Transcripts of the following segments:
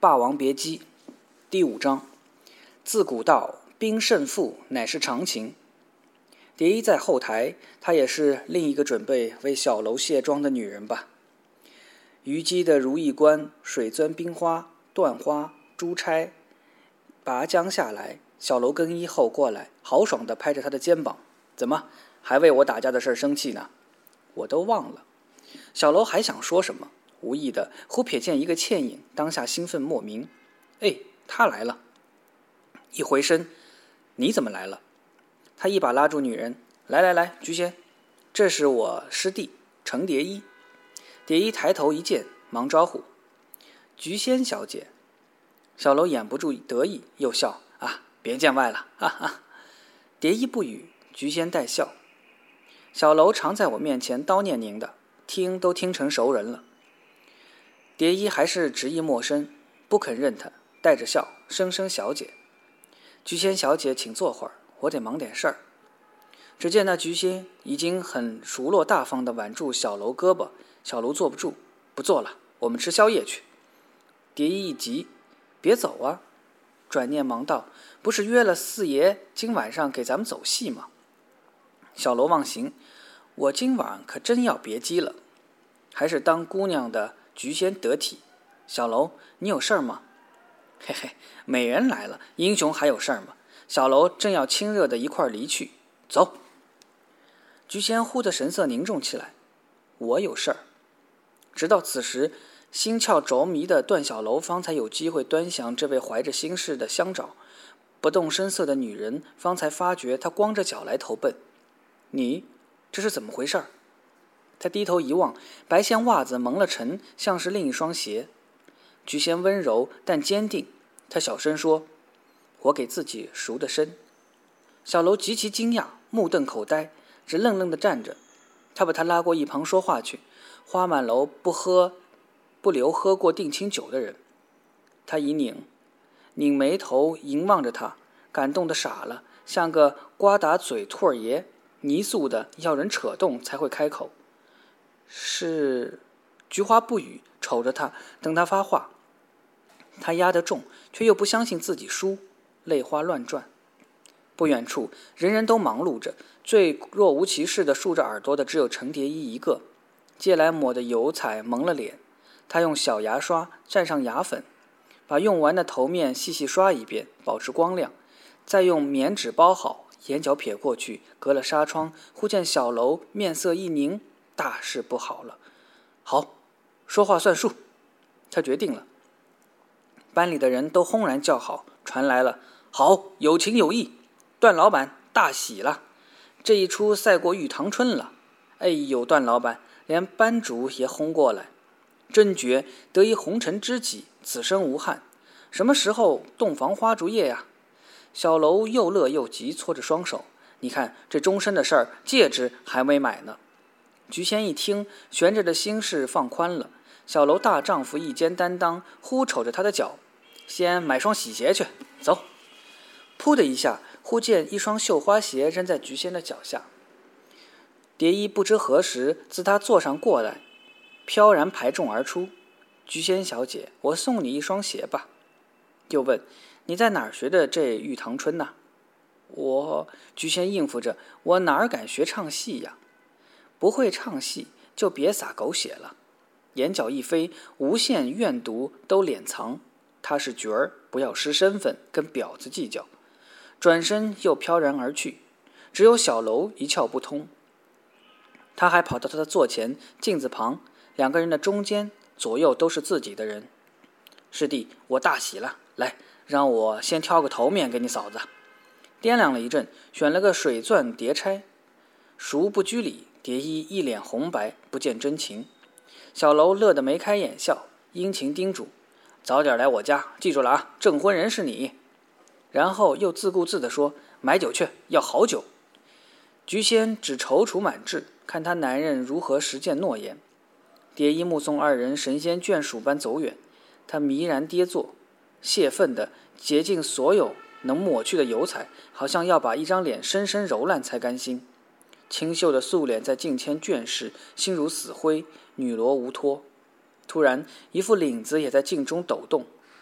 霸王别姬》第5章。自古道，兵胜负乃是常情。蝶衣在后台，她也是另一个准备为小楼卸妆的女人吧。虞姬的如意冠、水钻冰花、断花、珠钗拔将下来，小楼更衣后过来，豪爽地拍着她的肩膀：“怎么还为我打架的事生气呢？”我都忘了。小楼还想说什么，无意的忽瞥见一个倩影，当下兴奋莫名。哎，他来了！一回身，你怎么来了？他一把拉住女人，来，菊仙，这是我师弟程蝶衣。蝶衣抬头一见，忙招呼：“菊仙小姐。”小楼掩不住得意，又笑：“啊，别见外了，哈哈。”蝶衣不语，菊仙带笑：“小楼常在我面前叨念您的，听都听成熟人了。”蝶衣还是执意陌生，不肯认他，带着笑，声声小姐。菊仙小姐请坐会儿，我得忙点事儿。只见那菊仙已经很熟络大方地挽住小楼胳膊，小楼坐不住，不坐了，我们吃宵夜去。蝶衣一急，别走啊！转念忙道：“不是约了四爷今晚上给咱们走戏吗？”小楼忘形：“我今晚可真要别姬了，还是当姑娘的菊仙得体。小楼，你有事儿吗？”“嘿嘿，美人来了，英雄还有事儿吗？”小楼正要亲热的一块离去。“走！”菊仙忽的神色凝重起来。“我有事儿。”直到此时，心窍着迷的段小楼方才有机会端详这位怀着心事的相找，不动声色的女人方才发觉她光着脚来投奔。“你这是怎么回事？”他低头一望，白线袜子蒙了尘，像是另一双鞋。菊仙温柔但坚定，他小声说：“我给自己赎的身。”小楼极其惊讶，目瞪口呆，只愣愣地站着。他把他拉过一旁说话去：“花满楼不留喝过定情酒的人。”他一拧眉头迎望着他，感动得傻了，像个瓜打嘴兔儿爷，泥塑的要人扯动才会开口。“是。”菊花不语，瞅着他，等他发话。他压得重，却又不相信自己输，泪花乱转。不远处，人人都忙碌着，最若无其事地竖着耳朵的只有程蝶衣一个。借来抹的油彩蒙了脸，他用小牙刷蘸上牙粉，把用完的头面细细刷一遍，保持光亮，再用棉纸包好，眼角瞥过去，隔了纱窗，忽见小楼面色一凝，大事不好了。好，说话算数，他决定了。班里的人都轰然叫好，传来了：“好，有情有义，段老板大喜了，这一出赛过玉堂春了。”哎呦，段老板连班主也轰过来，真绝得一红尘知己，此生无憾。什么时候洞房花烛夜呀？小楼又乐又急，搓着双手：“你看这终身的事儿，戒指还没买呢。”菊仙一听，悬着的心事放宽了。小楼大丈夫一肩担当，忽瞅着他的脚：“先买双洗鞋去，走。”噗的一下，忽见一双绣花鞋扔在菊仙的脚下。蝶衣不知何时自他座上过来，飘然排众而出：“菊仙小姐，我送你一双鞋吧。”又问：“你在哪儿学的这玉堂春呢？”“菊仙应付着：“我哪儿敢学唱戏呀？”“不会唱戏就别撒狗血了。”眼角一飞，无限怨毒都敛藏。他是角儿，不要失身份，跟婊子计较。转身又飘然而去，只有小楼一窍不通。他还跑到他的座前，镜子旁，两个人的中间左右都是自己的人。“师弟，我大喜了，来，让我先挑个头面给你嫂子。”掂量了一阵，选了个水钻蝶钗。熟不拘礼，蝶衣一脸红白，不见真情。小楼乐得眉开眼笑，殷勤叮嘱：“早点来我家，记住了啊，证婚人是你。”然后又自顾自地说：“买酒去，要好酒。”菊仙只踌躇满志，看他男人如何实践诺言。蝶衣目送二人神仙眷属般走远，他迷然跌坐，泄愤地竭尽所有能抹去的油彩，好像要把一张脸深深揉烂才甘心。清秀的素脸在镜前倦视，心如死灰，女罗无托。突然，一副领子也在镜中抖动，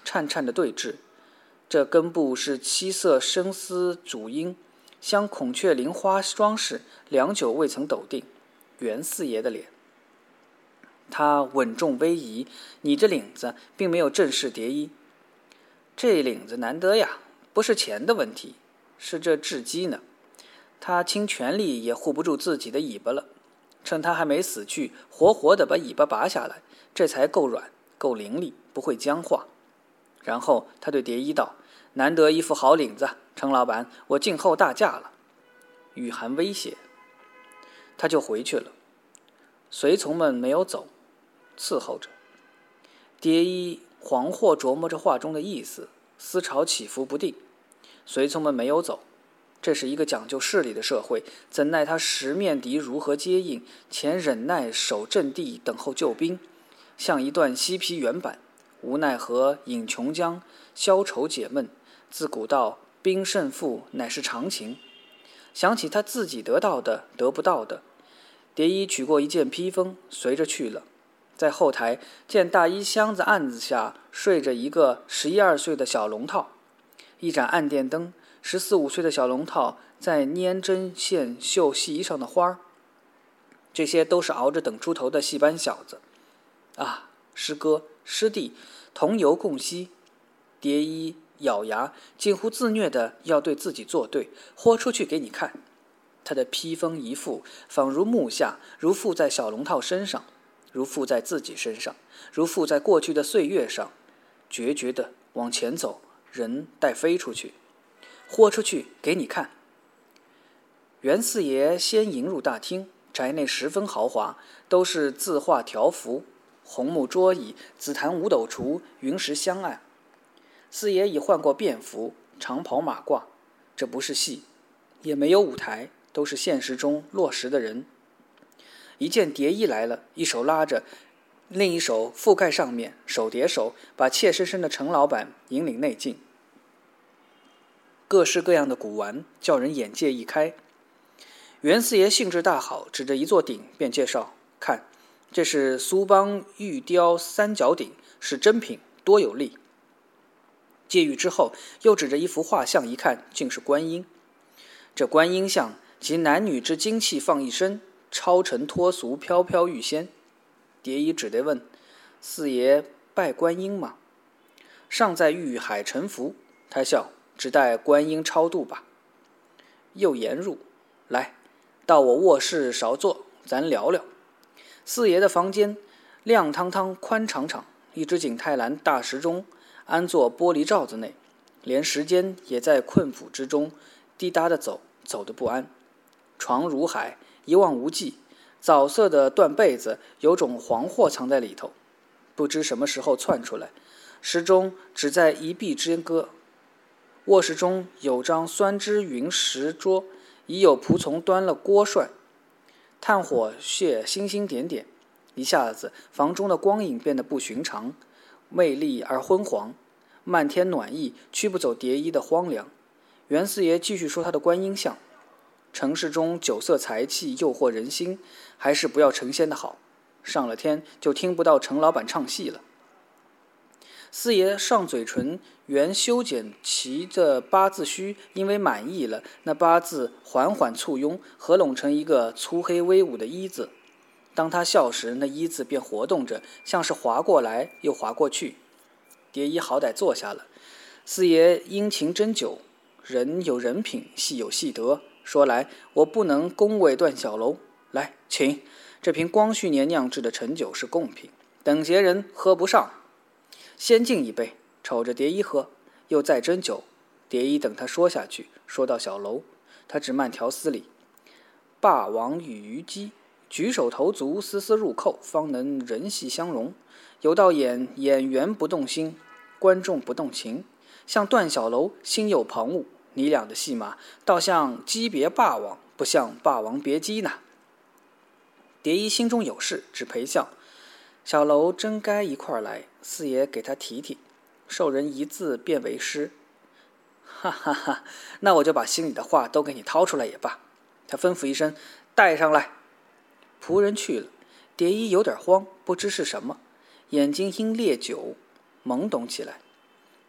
颤颤的对峙。这根部是七色生丝主缨，镶孔雀翎花装饰，良久未曾抖定。袁四爷的脸，他稳重威仪，拟着领子，并没有正视蝶衣。这领子难得呀，不是钱的问题，是这雉鸡呢。他倾全力也护不住自己的尾巴了，趁他还没死去，活活的把尾巴拔下来，这才够软，够凌厉，不会僵化。然后他对蝶衣道：“难得一副好领子，程老板，我静候大驾了。”雨涵威胁，他就回去了。随从们没有走，伺候着。蝶衣惶惑琢磨着话中的意思，思潮起伏不定。随从们没有走，这是一个讲究势力的社会，怎奈他十面敌如何接应，且忍耐守阵地等候救兵，像一段西皮原版，无奈何饮琼浆，消愁解闷。自古道兵胜负乃是常情。想起他自己得到的得不到的，蝶衣取过一件披风，随着去了。在后台见大衣箱子案子下睡着一个11、12岁的小龙套，一盏暗电灯，14、15岁的小龙套在拈针线绣戏衣上的花儿。这些都是熬着等出头的戏班小子啊！师哥师弟同游共嬉，蝶衣咬牙，近乎自虐的要对自己作对，豁出去给你看。他的披风一副，仿如木下，如附在小龙套身上，如附在自己身上，如附在过去的岁月上，决绝的往前走，人带飞出去，豁出去给你看。袁四爷先迎入大厅，宅内十分豪华，都是字画条幅，红木桌椅，紫檀五斗橱，云石香案。四爷已换过便服，长袍马褂，这不是戏，也没有舞台，都是现实中落实的人。一见蝶衣来了，一手拉着，另一手覆盖上面，手叠手，把怯生生的程老板引领内进。各式各样的古玩叫人眼界一开。袁四爷兴致大好，指着一座鼎便介绍：“看，这是苏邦玉雕三角鼎，是真品，多有力。”借喻之后，又指着一幅画像一看，竟是观音。这观音像集男女之精气放一身，超尘脱俗，飘飘欲仙。蝶衣只得问：“四爷拜观音吗？”尚在玉海沉浮。他笑：“只待观音超度吧。”又言入：“来，到我卧室少坐，咱聊聊。”四爷的房间亮堂堂，宽敞敞，一只景泰蓝大时钟安坐玻璃罩子内，连时间也在困苦之中滴答的走，走得不安。床如海，一望无际，枣色的缎被子有种黄货藏在里头，不知什么时候窜出来。时钟只在一臂之隔。卧室中有张酸枝云石桌，已有仆从端了锅涮，炭火屑星星点点。一下子房中的光影变得不寻常，魅力而昏黄，漫天暖意驱不走蝶衣的荒凉。袁四爷继续说他的观音像：城市中酒色财气诱惑人心，还是不要成仙的好，上了天就听不到程老板唱戏了。四爷上嘴唇原修剪齐的八字须，因为满意了，那八字缓缓簇拥，合拢成一个粗黑威武的一字。当他笑时，那一字便活动着，像是划过来又划过去。蝶衣好歹坐下了。四爷殷勤斟酒，人有人品，戏有戏德。说来，我不能恭维段小楼。来，请，这瓶光绪年酿制的陈酒是贡品，等闲人喝不上。先敬一杯，瞅着蝶衣喝，又再斟酒。蝶衣等他说下去，说到小楼，他只慢条斯理：霸王与虞姬，举手投足，丝丝入扣，方能人戏相融。有道演员不动心，观众不动情。像段小楼心有旁骛，你俩的戏码倒像姬别霸王，不像霸王别姬呢。蝶衣心中有事，只陪笑。小楼真该一块来，四爷给他提提，受人一字便为师。哈哈哈，那我就把心里的话都给你掏出来也罢。他吩咐一声：“带上来。”仆人去了。蝶衣有点慌，不知是什么，眼睛因烈酒懵懂起来。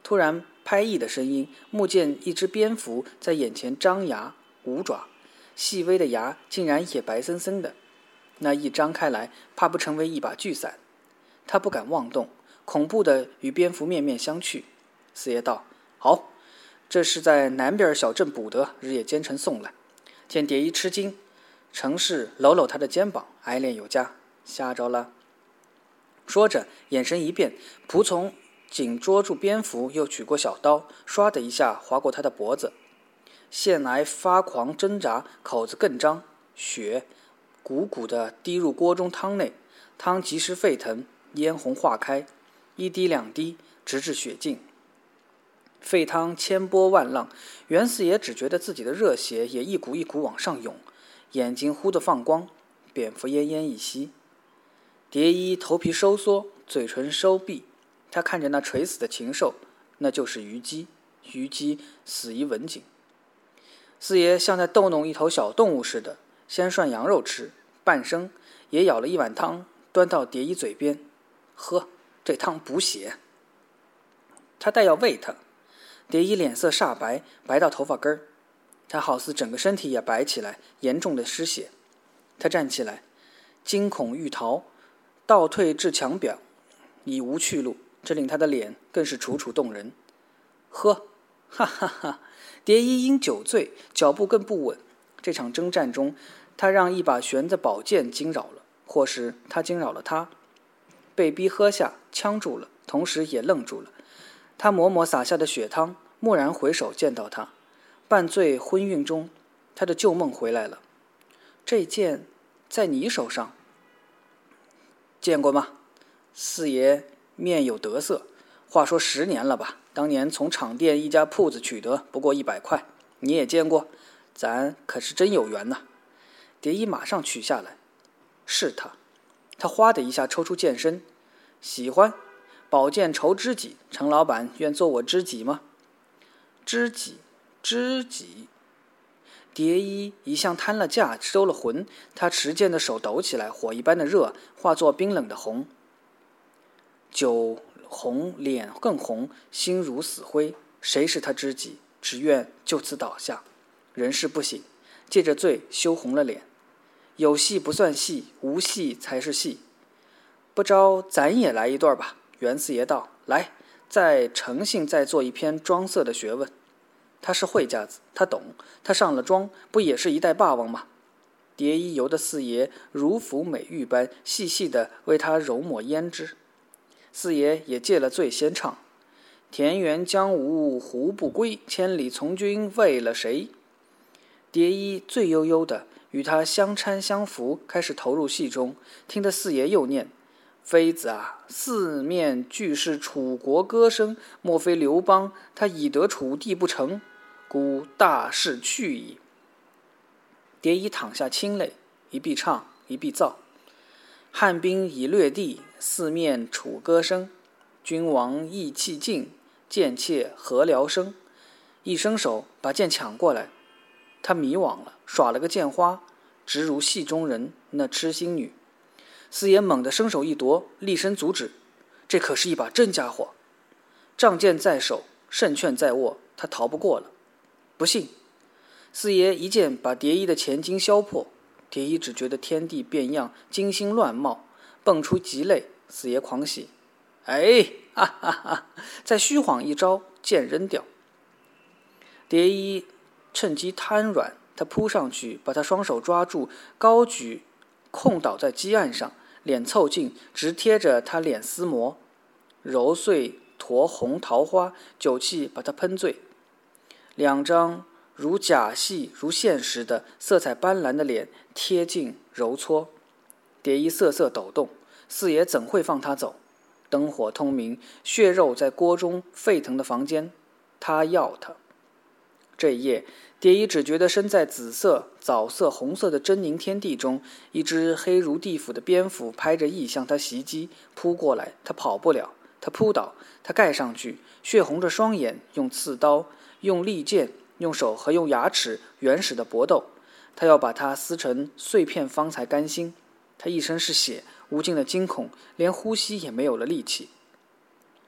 突然拍翼的声音，目见一只蝙蝠在眼前张牙舞爪，细微的牙竟然也白森森的，那一张开来，怕不成为一把巨伞。他不敢妄动，恐怖的与蝙蝠面面相觑。四爷道：“好，这是在南边小镇捕得，日夜兼程送来。”见蝶衣吃惊，程氏搂搂他的肩膀，爱恋有加：“吓着了。”说着，眼神一变，仆从紧捉住蝙蝠，又取过小刀，唰的一下划过他的脖子。腺癌发狂挣扎，口子更张，血鼓鼓地滴入锅中汤内，汤即时沸腾，嫣红化开，一滴两滴，直至血尽。沸汤千波万浪，袁四爷只觉得自己的热血也一股一股往上涌，眼睛忽地放光，蝙蝠奄奄一息。蝶衣头皮收缩，嘴唇收闭，他看着那垂死的禽兽，那就是虞姬。虞姬死于文景。四爷像在逗弄一头小动物似的，先涮羊肉吃，半生也舀了一碗汤，端到蝶衣嘴边：“喝，这汤补血。”他待要喂他，蝶衣脸色煞白，白到头发根儿，他好似整个身体也白起来，严重的失血。他站起来，惊恐欲逃，倒退至墙表，已无去路，这令他的脸更是楚楚动人。喝，哈哈哈！蝶衣因酒醉，脚步更不稳。这场征战中，他让一把悬的宝剑惊扰了，或是他惊扰了他。被逼喝下，呛住了，同时也愣住了。他抹抹洒下的血汤，蓦然回首见到他，半醉昏晕中，他的旧梦回来了。这剑在你手上，见过吗？四爷面有得色。话说10年了吧，当年从场店一家铺子取得，不过100块，你也见过，咱可是真有缘呐。蝶衣马上取下来，是他。他哗的一下抽出剑身，喜欢，宝剑酬知己，程老板愿做我知己吗？知己，知己。蝶衣一向摊了架，收了魂，他持剑的手抖起来，火一般的热，化作冰冷的红。酒红，脸更红，心如死灰。谁是他知己？只愿就此倒下。人事不省，借着醉羞红了脸。有戏不算戏，无戏才是戏。不招咱也来一段吧。袁四爷道：“来，在诚信再做一篇装色的学问。”他是会家子，他懂，他上了妆，不也是一代霸王吗？蝶衣由得四爷如抚美玉般细细地为他揉抹胭脂。四爷也借了醉先唱：“田园将芜胡不归，千里从军为了谁？”蝶衣醉悠悠的与他相搀相扶，开始投入戏中，听得四爷又念：“妃子啊，四面俱是楚国歌声，莫非刘邦他已得楚地不成？故大势去矣。”蝶衣淌下清泪，一臂唱，一臂造：“汉兵已掠地，四面楚歌声。君王意气尽，贱妾何聊生？”一伸手把剑抢过来，他迷惘了，耍了个剑花，直如戏中人那痴心女。四爷猛地伸手一夺，厉声阻止：“这可是一把真家伙！仗剑在手，胜券在握，他逃不过了。不信！”四爷一剑把蝶衣的前襟削破，蝶衣只觉得天地变样，惊心乱冒，蹦出急泪。四爷狂喜：“哎，哈哈哈！”再虚晃一招，剑扔掉。蝶衣趁机瘫软，他扑上去，把他双手抓住，高举，控倒在基案上，脸凑近，直贴着他脸撕磨，揉碎坨红桃花，酒气把他喷醉。两张如假戏如现实的色彩斑斓的脸贴近揉搓，蝶衣瑟瑟抖动。四爷怎会放他走？灯火通明，血肉在锅中沸腾的房间，他要他。这一夜，蝶衣只觉得身在紫色、枣色、红色的狰狞天地中，一只黑如地府的蝙蝠拍着翼向他袭击，扑过来，他跑不了，他扑倒，他盖上去，血红着双眼，用刺刀，用利剑，用手和用牙齿原始的搏斗，他要把它撕成碎片方才甘心。他一身是血，无尽的惊恐，连呼吸也没有了力气。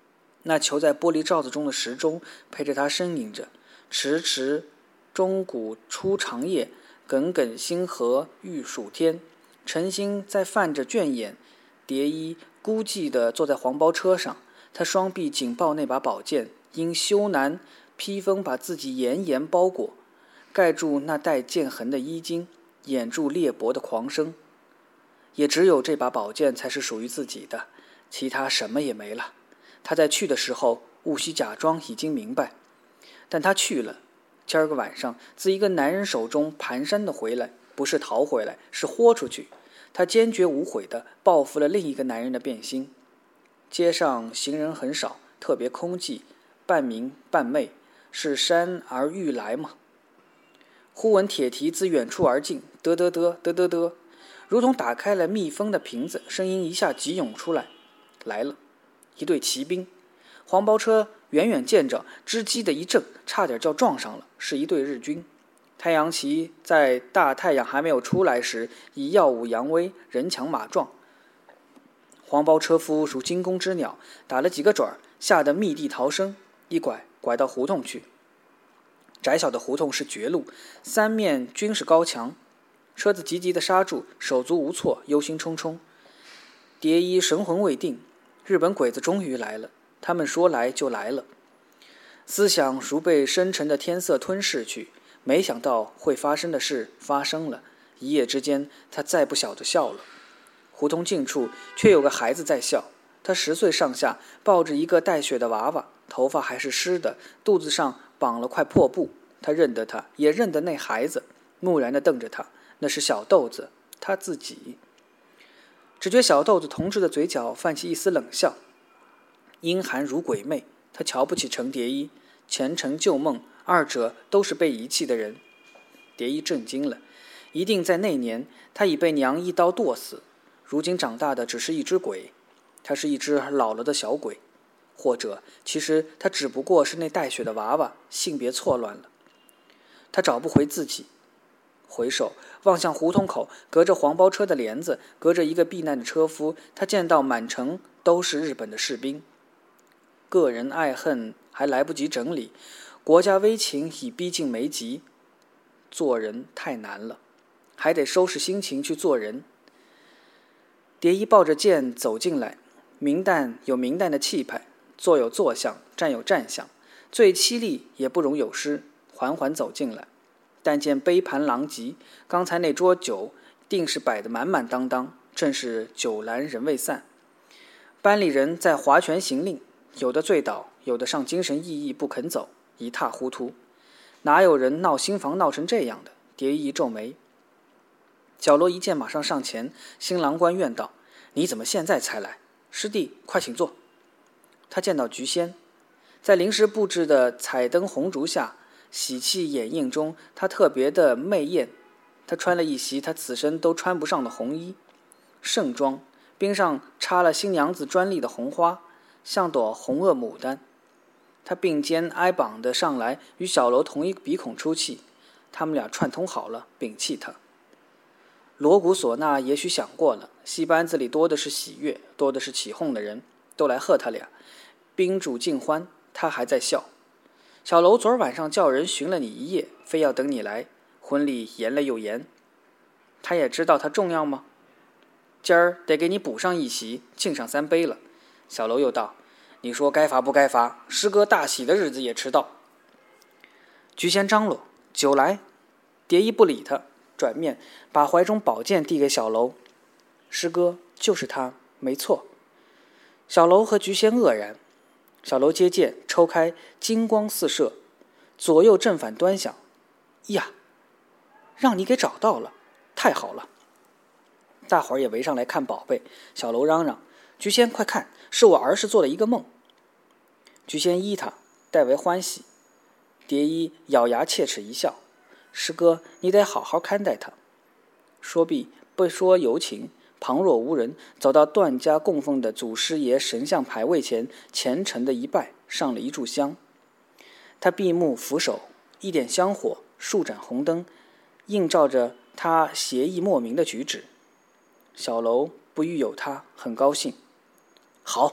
那囚在玻璃罩子中的时钟陪着他呻吟着：迟迟钟鼓初长夜，耿耿星河欲曙天。陈星在泛着倦眼，蝶衣孤寂地坐在黄包车上，他双臂紧抱那把宝剑，因羞难披风把自己严严包裹，盖住那带剑痕的衣襟，掩住裂帛的狂声。也只有这把宝剑才是属于自己的，其他什么也没了。他在去的时候务须假装已经明白，但他去了，今儿个晚上自一个男人手中蹒跚的回来，不是逃回来，是豁出去。他坚决无悔地报复了另一个男人的变心。街上行人很少，特别空寂，半明半昧，是山而欲来吗？忽闻铁蹄自远处而近，嘚嘚嘚嘚嘚嘚，如同打开了密封的瓶子，声音一下急涌出来。来了，一队骑兵。黄包车远远见着，吱叽的一震，差点叫撞上了，是一队日军。太阳旗在大太阳还没有出来时，已耀武扬威，人强马壮。黄包车夫如惊弓之鸟，打了几个转，吓得密地逃生，一拐拐到胡同去。窄小的胡同是绝路，三面均是高墙，车子急急地刹住，手足无措，忧心忡忡。蝶衣神魂未定，日本鬼子终于来了，他们说来就来了。思想如被深沉的天色吞噬去，没想到会发生的事发生了，一夜之间他再不晓得笑了。胡同近处却有个孩子在笑，他10岁上下，抱着一个带血的娃娃，头发还是湿的，肚子上绑了块破布。他认得他，也认得那孩子，木然地瞪着他，那是小豆子，他自己。只觉小豆子同志的嘴角泛起一丝冷笑，阴寒如鬼魅。他瞧不起程蝶衣，前程旧梦，二者都是被遗弃的人。蝶衣震惊了，一定在那年他已被娘一刀剁死，如今长大的只是一只鬼，他是一只老了的小鬼，或者其实他只不过是那带血的娃娃，性别错乱了。他找不回自己，回首望向胡同口，隔着黄包车的帘子，隔着一个避难的车夫，他见到满城都是日本的士兵。个人爱恨还来不及整理，国家危情已逼近眉睫，做人太难了，还得收拾心情去做人。蝶衣抱着剑走进来，明旦有明旦的气派，坐有坐相，站有站相，最凄厉也不容有失，缓缓走进来。但见杯盘狼藉，刚才那桌酒定是摆得满满当当，正是酒阑人未散。班里人在划拳行令，有的醉倒，有的上精神奕奕不肯走，一塌糊涂。哪有人闹新房闹成这样的？蝶衣一皱眉。小罗一见马上上前，新郎官怨道：你怎么现在才来？师弟快请坐。他见到菊仙，在临时布置的彩灯红烛下，喜气掩映中，他特别的媚艳。他穿了一袭他此生都穿不上的红衣，盛装，边上插了新娘子专利的红花，像朵红萼牡丹。他并肩挨绑的上来，与小楼同一鼻孔出气，他们俩串通好了，摒弃他。锣鼓唢呐也许想过了，戏班子里多的是喜悦，多的是起哄的人，都来贺他俩。宾主尽欢，他还在笑。小楼昨儿晚上叫人寻了你一夜，非要等你来，婚礼延了又延。他也知道他重要吗？今儿得给你补上一席，敬上3杯了。小楼又道：你说该罚不该罚？师哥大喜的日子也迟到。菊仙张罗酒来，蝶衣不理他，转面把怀中宝剑递给小楼。师哥就是他，没错。小楼和菊仙愕然。小楼接剑抽开，金光四射，左右正反端详。呀，让你给找到了，太好了！大伙儿也围上来看宝贝。小楼嚷嚷：菊仙快看，是我儿时做了一个梦。菊仙依他，代为欢喜。蝶衣咬牙切齿一笑：师哥，你得好好看待他。说毕，不说由情，旁若无人，走到段家供奉的祖师爷神像牌位前，虔诚的一拜，上了一炷香。他闭目俯首，一点香火，数盏红灯，映照着他邪意莫名的举止。小楼不遇有他，很高兴。好，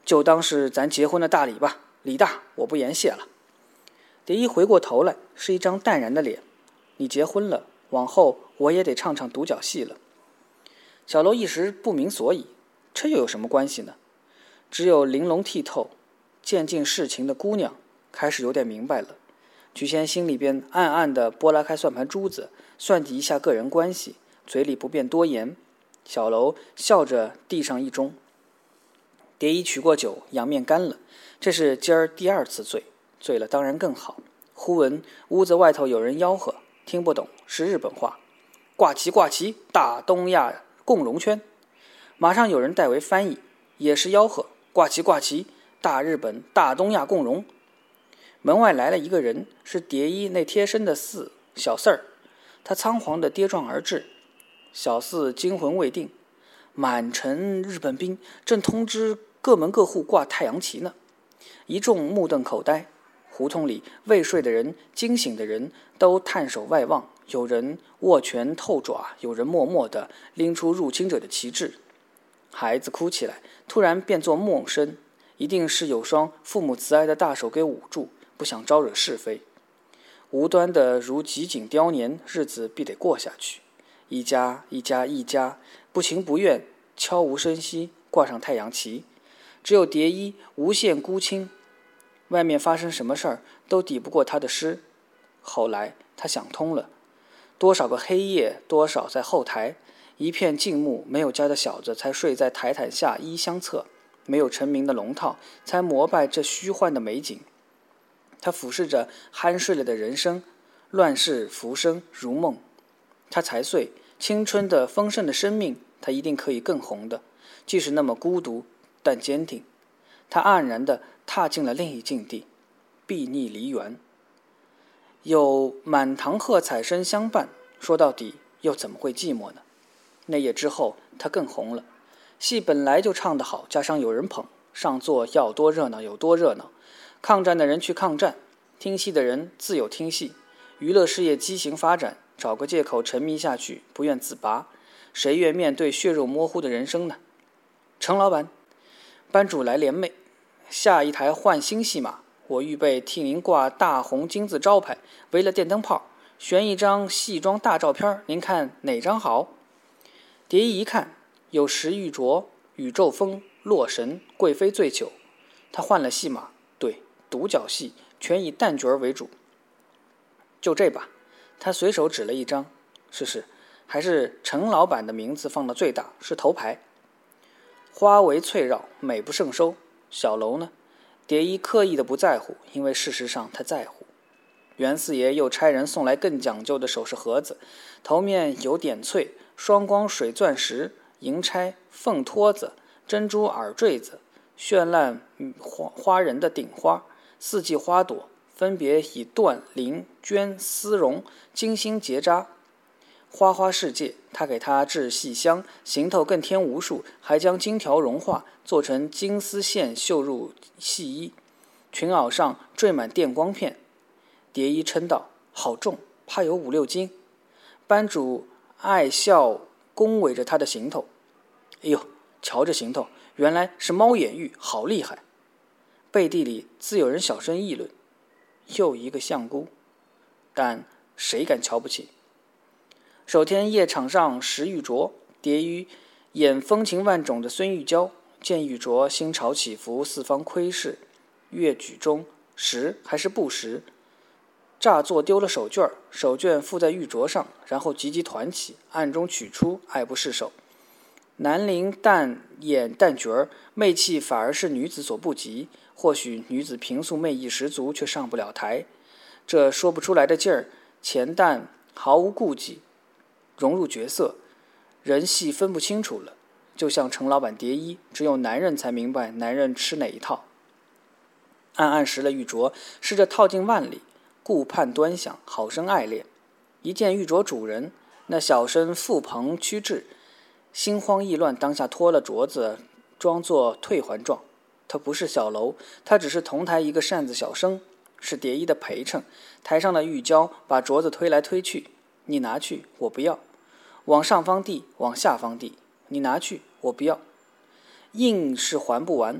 就当是咱结婚的大礼吧，礼大我不言谢了。蝶衣回过头来，是一张淡然的脸。你结婚了，往后我也得唱唱独角戏了。小楼一时不明所以，这又有什么关系呢？只有玲珑剔透、渐进世情的姑娘开始有点明白了。曲仙心里边暗暗地拨拉开算盘珠子，算计一下个人关系，嘴里不便多言。小楼笑着递上一盅。蝶衣取过酒，仰面干了。这是今儿第2次醉，醉了当然更好。忽闻屋子外头有人吆喝，听不懂，是日本话。挂旗挂旗，大东亚共荣圈。马上有人代为翻译，也是吆喝，挂旗挂旗，大日本大东亚共荣。门外来了一个人，是蝶衣那贴身的小四儿。他仓皇地跌撞而至，小四惊魂未定，满城日本兵正通知各门各户挂太阳旗呢。一众目瞪口呆，胡同里未睡的人、惊醒的人都探手外望，有人握拳透爪，有人默默地拎出入侵者的旗帜。孩子哭起来，突然变作梦声，一定是有双父母慈爱的大手给捂住，不想招惹是非。无端的如极景雕年，日子必得过下去。一家一家一家，不情不愿，悄无声息挂上太阳旗。只有蝶衣无限孤清，外面发生什么事儿都抵不过他的诗。后来他想通了，多少个黑夜，多少在后台，一片静穆，没有家的小子才睡在台毯下衣相侧，没有成名的龙套才膜拜这虚幻的美景。他俯视着酣睡了的人生，乱世浮生如梦。他才岁青春的丰盛的生命，他一定可以更红的，即使那么孤独但坚定。他黯然地踏进了另一境地，避逆梨园。有满堂喝彩声相伴，说到底又怎么会寂寞呢？那夜之后他更红了，戏本来就唱得好，加上有人捧，上座要多热闹有多热闹。抗战的人去抗战，听戏的人自有听戏，娱乐事业畸形发展，找个借口沉迷下去，不愿自拔。谁愿面对血肉模糊的人生呢？程老板，班主来连袂，下一台换新戏码，我预备替您挂大红金字招牌，围了电灯泡，悬一张戏装大照片，您看哪张好？蝶衣一看，有石玉镯、宇宙风、洛神、贵妃醉酒。他换了戏码，对，独角戏全以旦角为主。就这吧，他随手指了一张，是，还是程老板的名字放到最大，是头牌。花围翠绕，美不胜收。小楼呢？蝶衣刻意的不在乎，因为事实上他在乎。袁四爷又差人送来更讲究的首饰盒子，头面有点翠、双光水钻石、银钗、凤托子、珍珠耳坠子、绚烂花人的顶花，四季花朵分别以缎、绫、绢、丝绒精心结扎。花花世界，他给他制细香，行头更添无数，还将金条融化，做成金丝线绣入细衣，裙袄上缀满电光片。蝶衣称道：“好重，怕有5、6斤。”班主爱笑恭维着他的行头：“哎呦，瞧这行头，原来是猫眼玉，好厉害！”背地里自有人小声议论：“又一个相姑。”但谁敢瞧不起？首天夜场上石玉镯，蝶衣演风情万种的孙玉娇，见玉镯心潮起伏，四方窥视，越举中实还是不实？乍作丢了手绢，手绢附在玉镯上，然后急急团起，暗中取出，爱不释手。南陵淡演旦角，媚气反而是女子所不及。或许女子平素媚意十足，却上不了台。这说不出来的劲儿，钱旦毫无顾忌，融入角色，人戏分不清楚了。就像程老板蝶衣，只有男人才明白男人吃哪一套。暗暗拾了玉镯，试着套进腕里，顾盼端详，好生爱恋。一见玉镯主人，那小生腹膨屈滞，心慌意乱，当下脱了镯子，装作退还状。他不是小楼，他只是同台一个扇子小生，是蝶衣的陪衬。台上的玉娇把镯子推来推去，你拿去，我不要；往上方递，往下方递，你拿去，我不要。硬是还不完，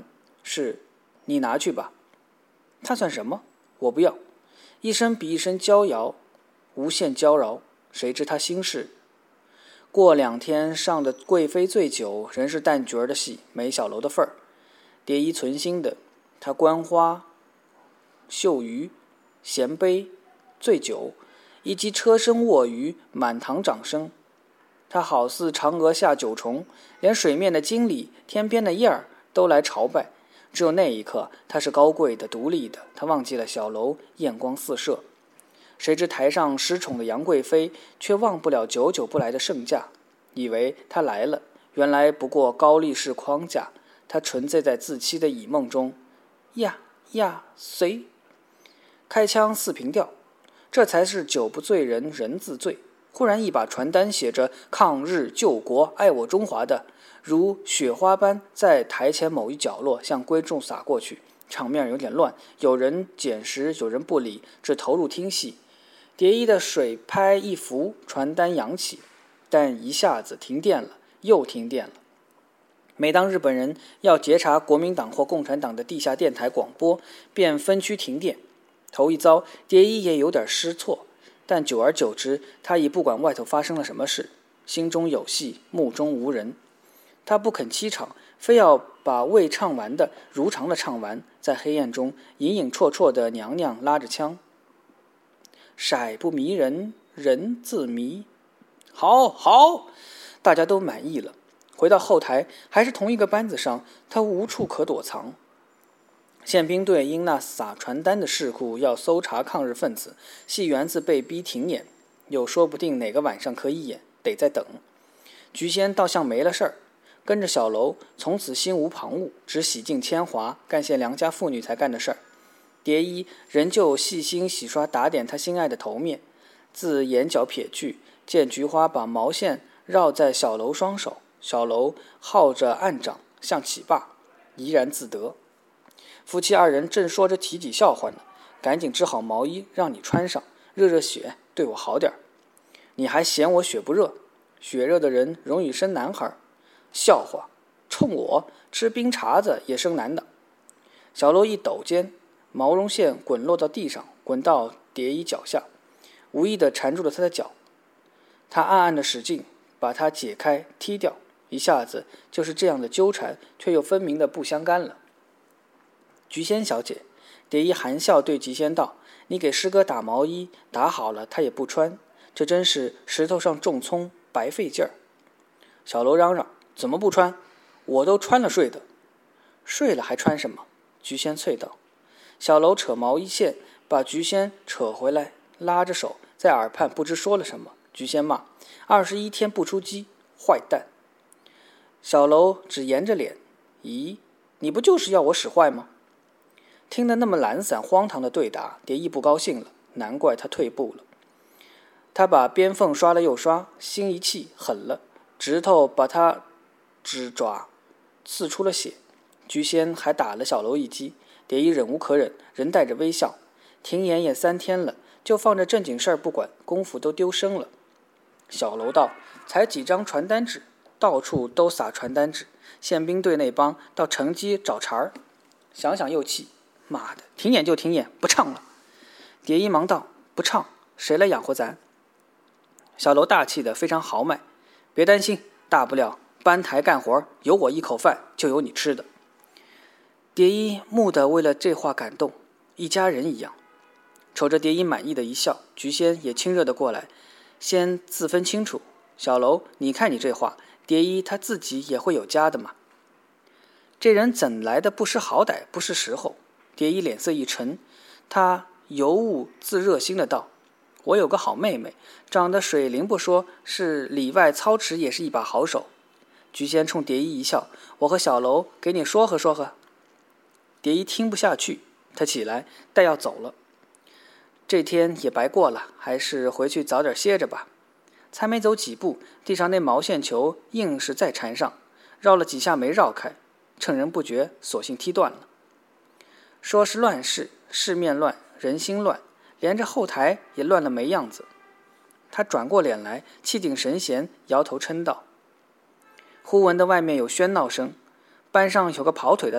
是，你拿去吧。他算什么？我不要。一声比一声娇摇，无限娇娆，谁知他心事。过2天上的贵妃醉酒，仍是旦角的戏，没小楼的份儿。蝶衣存心的，他观花、嗅鱼、衔杯、醉酒，以及车声卧鱼、满堂掌声。他好似嫦娥下九重，连水面的经理、天边的燕儿都来朝拜。只有那一刻，他是高贵的、独立的，他忘记了小楼艳光四射。谁知台上失宠的杨贵妃却忘不了久久不来的圣驾，以为她来了，原来不过高力士框架。她沉醉在自欺的倚梦中，呀呀随，开腔4平调，这才是酒不醉人人自醉。忽然一把传单写着抗日救国爱我中华的，如雪花般在台前某一角落向观众洒过去，场面有点乱，有人捡拾，有人不理，只投入听戏。蝶衣的水拍一拂，传单扬起，但一下子停电了，又停电了。每当日本人要截查国民党或共产党的地下电台广播，便分区停电。头一遭，蝶衣也有点失措，但久而久之，他已不管外头发生了什么事，心中有戏，目中无人。他不肯凄场，非要把未唱完的如常的唱完，在黑暗中隐隐绰绰的娘娘拉着腔，色不迷人，人自迷。好好，大家都满意了。回到后台，还是同一个班子上，他无处可躲藏。宪兵队因那撒传单的事故要搜查抗日分子，戏园子被逼停演，又说不定哪个晚上可以演，得再等。菊仙倒像没了事儿，跟着小楼，从此心无旁骛，只洗尽铅华，干些良家妇女才干的事儿。蝶衣仍旧细心洗刷打点他心爱的头面，自眼角瞥去，见菊花把毛线绕在小楼双手，小楼号着暗掌，像起霸，怡然自得。夫妻2人正说着体己笑话呢，赶紧织好毛衣让你穿上，热热血，对我好点。你还嫌我血不热？血热的人容易生男孩。笑话，冲我吃冰碴子也生男的。小楼一抖肩，毛绒线滚落到地上，滚到蝶衣脚下，无意地缠住了他的脚。他暗暗地使劲把它解开踢掉，一下子就是这样的纠缠，却又分明的不相干了。菊仙小姐，蝶衣含笑对菊仙道：“你给师哥打毛衣，打好了他也不穿，这真是石头上种葱，白费劲儿。”小楼嚷嚷：“怎么不穿？我都穿了睡的。”“睡了还穿什么？”菊仙啐道。小楼扯毛衣线，把菊仙扯回来，拉着手在耳畔不知说了什么。菊仙骂：“21天不出击，坏蛋！”小楼只沿着脸：“咦，你不就是要我使坏吗？”听得那么懒散荒唐的对答，蝶衣不高兴了，难怪他退步了。他把边缝刷了又刷，心一气狠了，指头把他指爪刺出了血。菊仙还打了小楼一击，蝶衣忍无可忍，仍带着微笑。停演也3天了，就放着正经事儿不管，功夫都丢生了。小楼道：“才几张传单纸，到处都撒传单纸，宪兵队那帮到城基找茬儿。”想想又气，妈的，停演就停演，不唱了。蝶衣忙道：“不唱，谁来养活咱？”小楼大气的非常豪迈：“别担心，大不了搬台干活，有我一口饭就有你吃的。”蝶衣蓦地为了这话感动，一家人一样。瞅着蝶衣满意的一笑，菊仙也亲热的过来，先自分清楚：“小楼，你看你这话，蝶衣他自己也会有家的嘛。”这人怎来的不识好歹，不是时候？蝶衣脸色一沉，他尤物自热心的道：“我有个好妹妹，长得水灵不说，是里外操持也是一把好手。”菊仙冲蝶衣一笑：“我和小楼给你说和说和。”蝶衣听不下去，他起来待要走了。这天也白过了，还是回去早点歇着吧。才没走几步，地上那毛线球硬是再缠上，绕了几下没绕开，趁人不觉，索性踢断了。说是乱世，世面乱，人心乱，连着后台也乱了没样子。他转过脸来，气定神闲，摇头嗔道：“忽闻的外面有喧闹声，班上有个跑腿的来，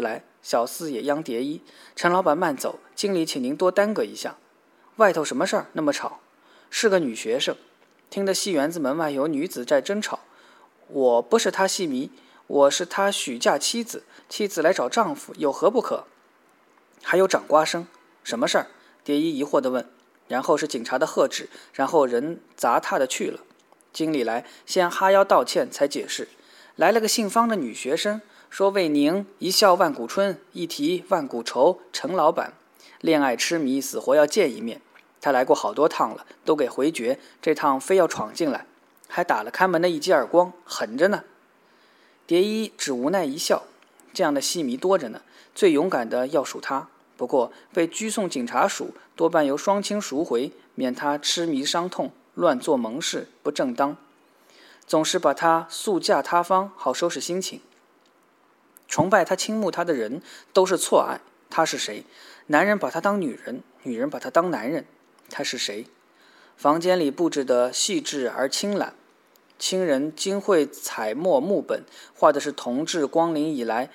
小四也央蝶衣：“陈老板慢走，经理请您多耽搁一下。”外头什么事儿那么吵？是个女学生，听得戏园子门外有女子在争吵。我不是他戏迷，我是他许嫁妻子，妻子来找丈夫，有何不可？还有掌瓜声，什么事儿？蝶衣疑惑地问。然后是警察的喝止，然后人砸踏的去了。经理来，先哈腰道歉，才解释。来了个姓方的女学生，说为您一笑万古春，一提万古愁，陈老板恋爱痴迷，死活要见一面。他来过好多趟了，都给回绝，这趟非要闯进来，还打了看门的一记耳光，狠着呢。蝶衣只无奈一笑，这样的戏迷多着呢，最勇敢的要数他。不过被拘送警察署，多半由双亲赎回，免他痴迷伤痛，乱做盟事，不正当。总是把他速嫁他方，好收拾心情。崇拜他、倾慕他的人都是错爱。他是谁？男人把他当女人，女人把他当男人。他是谁？房间里布置得细致而清懒，亲人精绘彩墨木本，画的是同治光临以来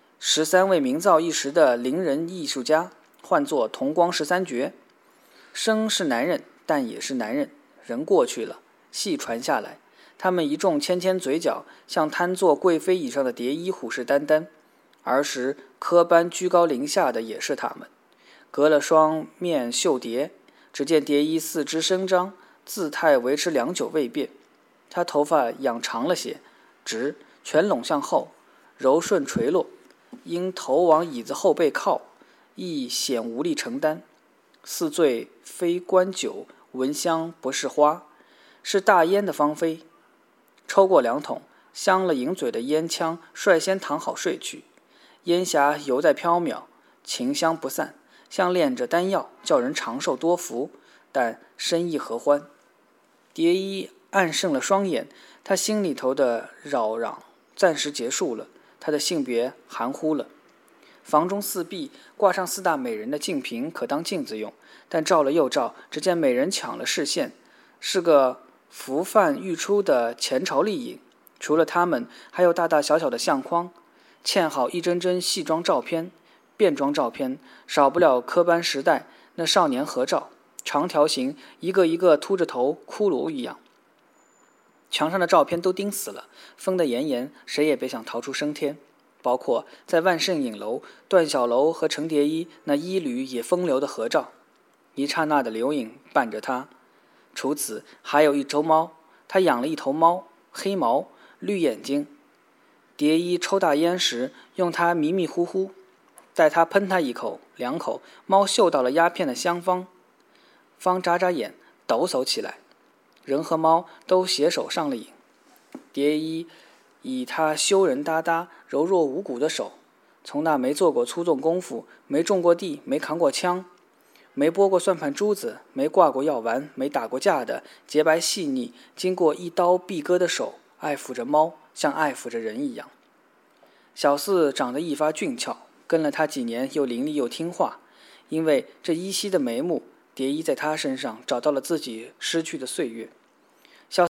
13位名噪一时的伶人艺术家，唤作同光13绝。生是男人，但也是男人。人过去了，戏传下来，他们一众牵嘴角，像瘫坐贵妃椅上的蝶衣虎视眈眈。儿时科班居高临下的也是他们。隔了双面绣蝶，只见蝶衣四肢伸张，姿态维持良久未变。他头发养长了些，直，全拢向后，柔顺垂落，因头往椅子后背靠，亦显无力承担。似醉非观酒，闻香不是花，是大烟的芳菲。抽过2桶，香了银嘴的烟枪，率先躺好睡去。烟霞犹在飘渺，情香不散，像炼着丹药，叫人长寿多福，但深意何欢？蝶衣暗剩了双眼，他心里头的扰攘暂时结束了，他的性别含糊了。房中四壁挂上4大美人的镜屏，可当镜子用，但照了又照，只见美人抢了视线，是个浮泛欲出的前朝丽影。除了他们，还有大大小小的相框，嵌好一帧帧戏装照片、变装照片，少不了科班时代那少年合照，长条形，一个一个秃着头，骷髅一样。墙上的照片都钉死了，封得严严，谁也别想逃出升天。包括在万盛影楼，段小楼和程蝶衣那衣履也风流的合照，一刹那的留影伴着他。除此还有一头猫，他养了一头猫，黑毛绿眼睛。蝶衣抽大烟时用它迷迷糊糊，待他喷他1口2口，猫嗅到了鸦片的香方，方眨眨眼抖擞起来。人和猫都携手上了瘾。蝶衣以他羞人哒哒、柔弱无骨的手，从那没做过粗重功夫、没种过地、没扛过枪、没拨过算盘珠子、没挂过药丸、没打过架的洁白细腻、经过一刀必割的手，爱抚着猫，像爱抚着人一样。小四长得一发俊俏，跟了他几年又伶俐又听话，因为这依稀的眉目，蝶衣在他身上找到了自己失去的岁月。